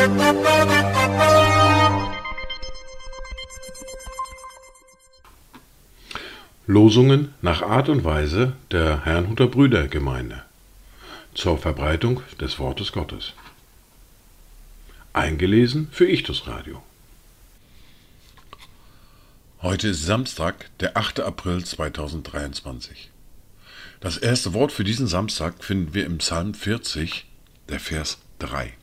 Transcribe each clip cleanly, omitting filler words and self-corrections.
Losungen nach Art und Weise der Herrnhuter Brüdergemeinde zur Verbreitung des Wortes Gottes. Eingelesen für Ichtus Radio. Heute ist Samstag, der 8. April 2023. Das erste Wort für diesen Samstag finden wir im Psalm 40, der Vers 3.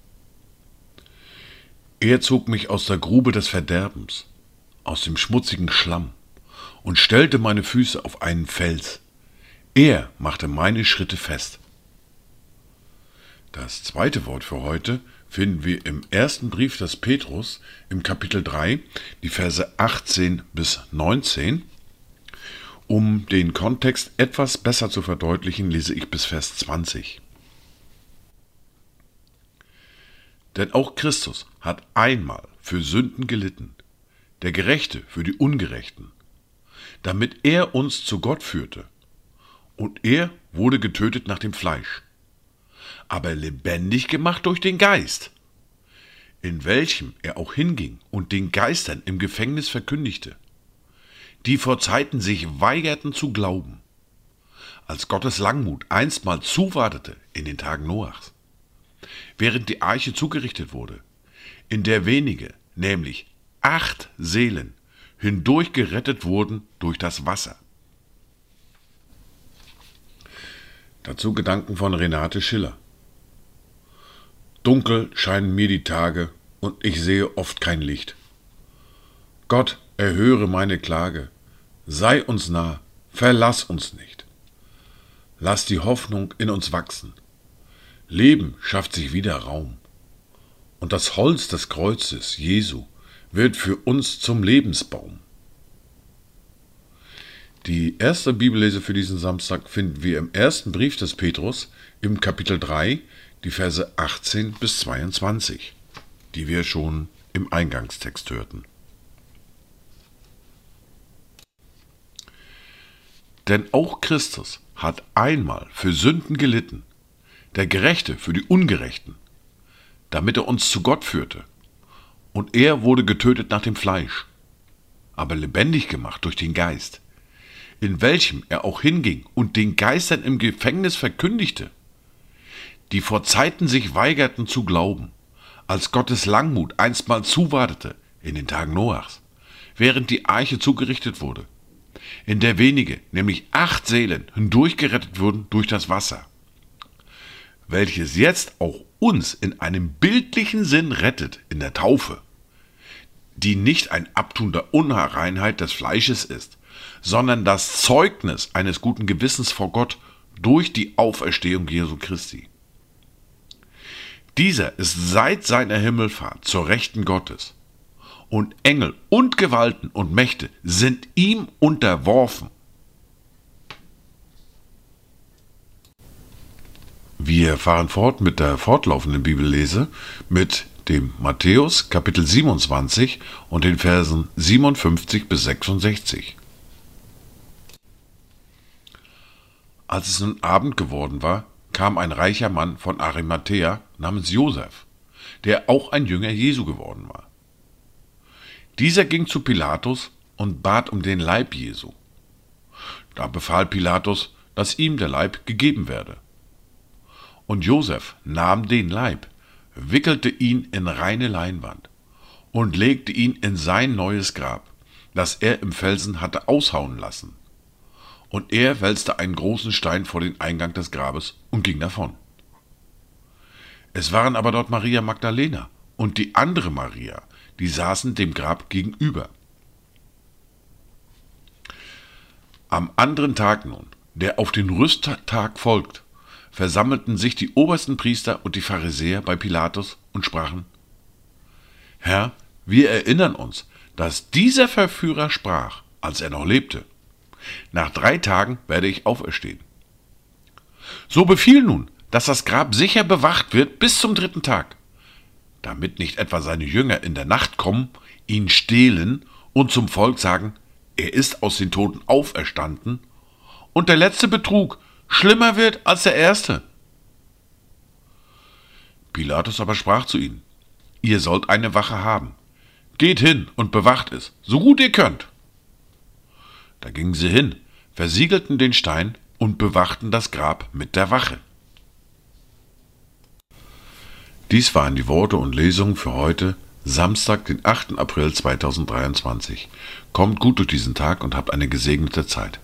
Er zog mich aus der Grube des Verderbens, aus dem schmutzigen Schlamm, und stellte meine Füße auf einen Fels. Er machte meine Schritte fest. Das zweite Wort für heute finden wir im ersten Brief des Petrus im Kapitel 3, die Verse 18 bis 19. Um den Kontext etwas besser zu verdeutlichen, lese ich bis Vers 20. Denn auch Christus hat einmal für Sünden gelitten, der Gerechte für die Ungerechten, damit er uns zu Gott führte. Und er wurde getötet nach dem Fleisch, aber lebendig gemacht durch den Geist, in welchem er auch hinging und den Geistern im Gefängnis verkündigte, die vor Zeiten sich weigerten zu glauben, als Gottes Langmut einstmal zuwartete in den Tagen Noachs, während die Arche zugerichtet wurde, in der wenige, nämlich 8 Seelen, hindurch gerettet wurden durch das Wasser. Dazu Gedanken von Renate Schiller. Dunkel scheinen mir die Tage und ich sehe oft kein Licht. Gott, erhöre meine Klage, sei uns nah, verlass uns nicht. Lass die Hoffnung in uns wachsen. Leben schafft sich wieder Raum. Und das Holz des Kreuzes, Jesu, wird für uns zum Lebensbaum. Die erste Bibellese für diesen Samstag finden wir im ersten Brief des Petrus im Kapitel 3, die Verse 18 bis 22, die wir schon im Eingangstext hörten. Denn auch Christus hat einmal für Sünden gelitten, der Gerechte für die Ungerechten, damit er uns zu Gott führte. Und er wurde getötet nach dem Fleisch, aber lebendig gemacht durch den Geist, in welchem er auch hinging und den Geistern im Gefängnis verkündigte, die vor Zeiten sich weigerten zu glauben, als Gottes Langmut einstmal zuwartete in den Tagen Noachs, während die Arche zugerichtet wurde, in der wenige, nämlich 8 Seelen, hindurchgerettet wurden durch das Wasser, welches jetzt auch uns in einem bildlichen Sinn rettet in der Taufe, die nicht ein Abtun der Unreinheit des Fleisches ist, sondern das Zeugnis eines guten Gewissens vor Gott durch die Auferstehung Jesu Christi. Dieser ist seit seiner Himmelfahrt zur Rechten Gottes, und Engel und Gewalten und Mächte sind ihm unterworfen. Wir fahren fort mit der fortlaufenden Bibellese mit dem Matthäus Kapitel 27 und den Versen 57 bis 66. Als es nun Abend geworden war, kam ein reicher Mann von Arimathäa namens Josef, der auch ein Jünger Jesu geworden war. Dieser ging zu Pilatus und bat um den Leib Jesu. Da befahl Pilatus, dass ihm der Leib gegeben werde. Und Josef nahm den Leib, wickelte ihn in reine Leinwand und legte ihn in sein neues Grab, das er im Felsen hatte aushauen lassen. Und er wälzte einen großen Stein vor den Eingang des Grabes und ging davon. Es waren aber dort Maria Magdalena und die andere Maria, die saßen dem Grab gegenüber. Am anderen Tag nun, der auf den Rüsttag folgt, versammelten sich die obersten Priester und die Pharisäer bei Pilatus und sprachen: Herr, wir erinnern uns, dass dieser Verführer sprach, als er noch lebte: Nach 3 Tagen werde ich auferstehen. So befiehl nun, dass das Grab sicher bewacht wird bis zum 3. Tag, damit nicht etwa seine Jünger in der Nacht kommen, ihn stehlen und zum Volk sagen, er ist aus den Toten auferstanden, und der letzte Betrug schlimmer wird als der erste. Pilatus aber sprach zu ihnen: ihr sollt eine Wache haben. Geht hin und bewacht es, so gut ihr könnt. Da gingen sie hin, versiegelten den Stein und bewachten das Grab mit der Wache. Dies waren die Worte und Lesungen für heute, Samstag, den 8. April 2023. Kommt gut durch diesen Tag und habt eine gesegnete Zeit.